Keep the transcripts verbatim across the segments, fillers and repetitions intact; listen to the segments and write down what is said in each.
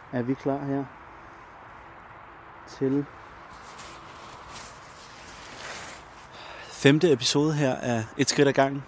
er vi klar her til femte episode her af Et skridt ad gangen.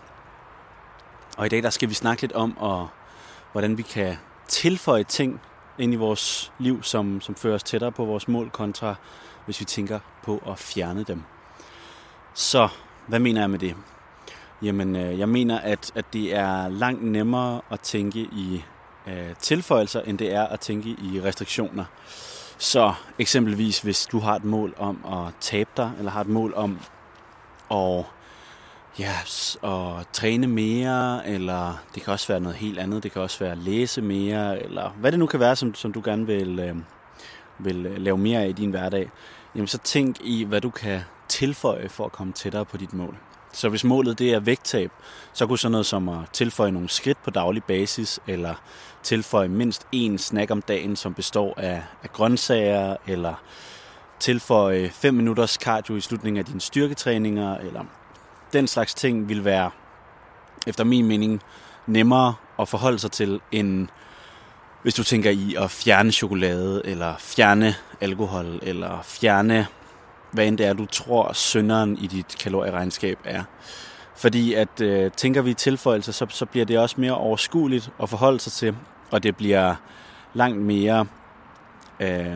Og i dag der skal vi snakke lidt om, og, hvordan vi kan tilføje ting ind i vores liv, som, som fører os tættere på vores mål, kontra hvis vi tænker på at fjerne dem. Så hvad mener jeg med det? Jamen, jeg mener, at, at det er langt nemmere at tænke i øh, tilføjelser, end det er at tænke i restriktioner. Så eksempelvis, hvis du har et mål om at tabe dig, eller har et mål om at, ja, at træne mere, eller det kan også være noget helt andet, det kan også være at læse mere, eller hvad det nu kan være, som, som du gerne vil, øh, vil lave mere af i din hverdag, jamen så tænk i, hvad du kan tilføje for at komme tættere på dit mål. Så hvis målet det er vægttab, så kunne sådan noget som at tilføje nogle skridt på daglig basis, eller tilføje mindst én snack om dagen, som består af, af grøntsager, eller tilføje fem minutters cardio i slutningen af dine styrketræninger, eller den slags ting vil være, efter min mening, nemmere at forholde sig til, end hvis du tænker i at fjerne chokolade, eller fjerne alkohol, eller fjerne hvad end det er, du tror, synderen i dit kalorieregnskab er. Fordi at øh, tænker vi i tilføjelser, så, så bliver det også mere overskueligt at forholde sig til, og det bliver langt mere øh,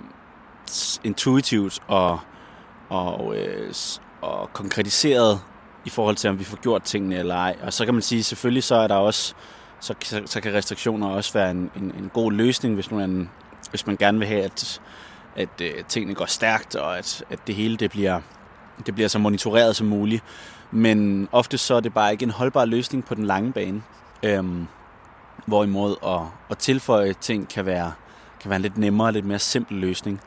intuitivt og, og, øh, og konkretiseret i forhold til, om vi får gjort tingene eller ej. Og så kan man sige, selvfølgelig så er der også, så, så, så kan restriktioner også være en, en, en god løsning, hvis man, hvis man gerne vil have, at at øh, tingene går stærkt, og at, at det hele det bliver, det bliver så monitoreret som muligt. Men ofte så er det bare ikke en holdbar løsning på den lange bane. Øhm, hvorimod at, at tilføje ting kan være, kan være en lidt nemmere, lidt mere simpel løsning.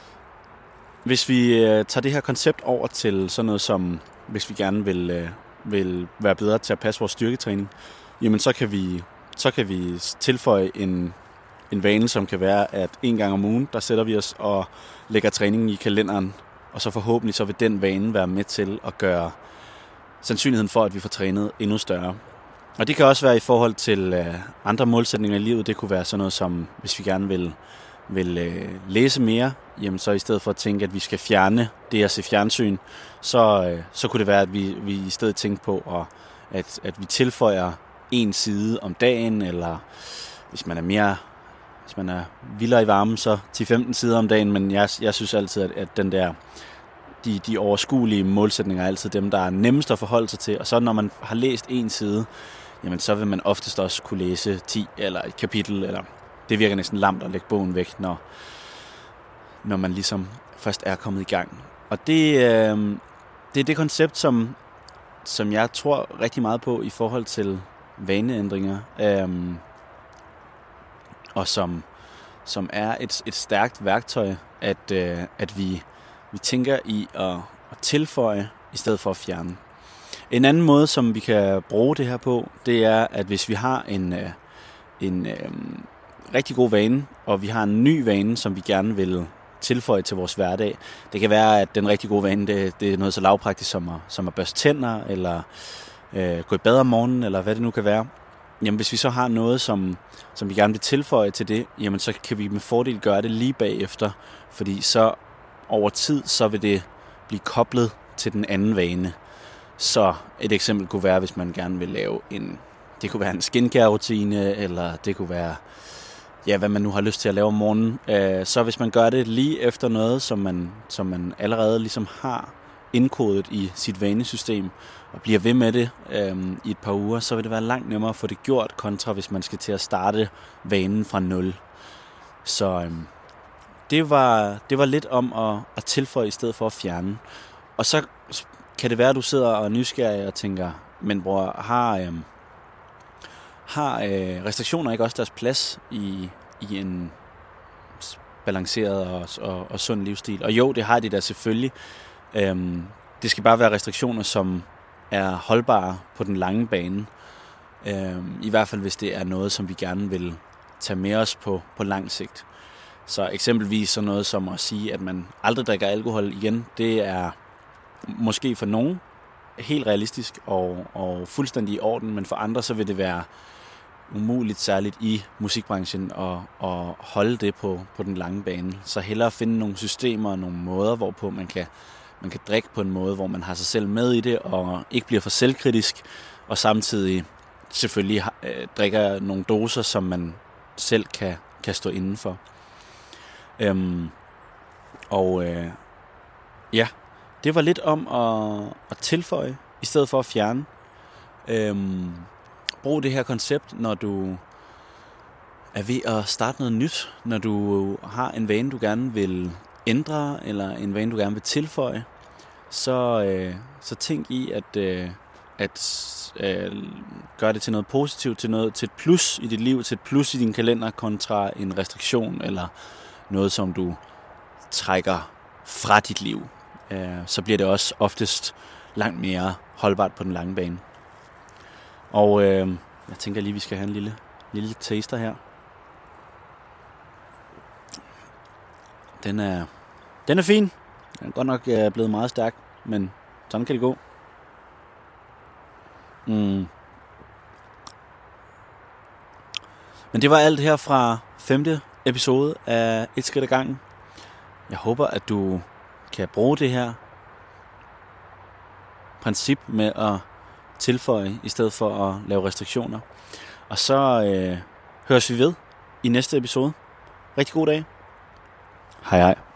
Hvis vi øh, tager det her koncept over til sådan noget som, hvis vi gerne vil, øh, vil være bedre til at passe vores styrketræning, jamen så kan vi, så kan vi tilføje en En vane, som kan være, at en gang om ugen, der sætter vi os og lægger træningen i kalenderen, og så forhåbentlig så vil den vane være med til at gøre sandsynligheden for, at vi får trænet endnu større. Og det kan også være i forhold til øh, andre målsætninger i livet. Det kunne være sådan noget som, hvis vi gerne vil, vil øh, læse mere, jamen så i stedet for at tænke, at vi skal fjerne det at se fjernsyn, så, øh, så kunne det være, at vi, vi i stedet tænker på, at, at, at vi tilføjer en side om dagen, eller hvis man er mere Hvis man er vildere i varmen, så ti til femten sider om dagen, men jeg, jeg synes altid, at, at den der, de, de overskuelige målsætninger er altid dem, der er nemmest at forholde sig til. Og så når man har læst en side, jamen så vil man oftest også kunne læse ti eller et kapitel, eller det virker næsten lamt at lægge bogen væk, når, når man ligesom først er kommet i gang. Og det, øh, det er det koncept, som, som jeg tror rigtig meget på i forhold til vaneændringer. Øh, og som, som er et, et stærkt værktøj, at, øh, at vi, vi tænker i at, at tilføje, i stedet for at fjerne. En anden måde, som vi kan bruge det her på, det er, at hvis vi har en, øh, en øh, rigtig god vane, og vi har en ny vane, som vi gerne vil tilføje til vores hverdag. Det kan være, at den rigtig gode vane, det, det er noget så lavpraktisk som at, som at børste tænder, eller øh, gå i bad om morgenen, eller hvad det nu kan være. Jamen hvis vi så har noget, som, som vi gerne vil tilføje til det, jamen så kan vi med fordel gøre det lige bagefter, fordi så over tid, så vil det blive koblet til den anden vane. Så et eksempel kunne være, hvis man gerne vil lave en, det kunne være en skincare-rutine, eller det kunne være, ja, hvad man nu har lyst til at lave om morgenen. Så hvis man gør det lige efter noget, som man, som man allerede ligesom har indkodet i sit vanesystem, og bliver ved med det øhm, i et par uger, så vil det være langt nemmere at få det gjort, kontra hvis man skal til at starte vanen fra nul. Så øhm, det, var, det var lidt om at, at tilføje i stedet for at fjerne. Og så kan det være, at du sidder og er nysgerrig og tænker, men bror, har, øhm, har øh, restriktioner ikke også deres plads i, i en balanceret og, og, og sund livsstil? Og jo, det har de da selvfølgelig. Øhm, det skal bare være restriktioner, som er holdbare på den lange bane. Øhm, I hvert fald, hvis det er noget, som vi gerne vil tage med os på, på lang sigt. Så eksempelvis så noget som at sige, at man aldrig drikker alkohol igen, det er måske for nogen helt realistisk og, og fuldstændig i orden, men for andre så vil det være umuligt, særligt i musikbranchen, at, at holde det på, på den lange bane. Så hellere finde nogle systemer og nogle måder, hvorpå man kan, man kan drikke på en måde, hvor man har sig selv med i det, og ikke bliver for selvkritisk, og samtidig selvfølgelig øh, drikker nogle doser, som man selv kan, kan stå indenfor. Øhm, og øh, ja, det var lidt om at, at tilføje, i stedet for at fjerne. Øhm, brug det her koncept, når du er ved at starte noget nyt, når du har en vane, du gerne vil ændre, eller en vane, du gerne vil tilføje, så, øh, så tænk i at, øh, at øh, gøre det til noget positivt, til, noget, til et plus i dit liv, til et plus i din kalender, kontra en restriktion, eller noget, som du trækker fra dit liv. Øh, så bliver det også oftest langt mere holdbart på den lange bane. Og øh, jeg tænker lige, vi skal have en lille, lille taster her. Den er, den er fin. Den er godt nok øh, blevet meget stærk, men sådan kan det gå. Mm. Men det var alt her fra femte episode af Et Skridt ad Gangen. Jeg håber, at du kan bruge det her princip med at tilføje, i stedet for at lave restriktioner. Og så øh, høres vi ved i næste episode. Rigtig god dag. Hej hej.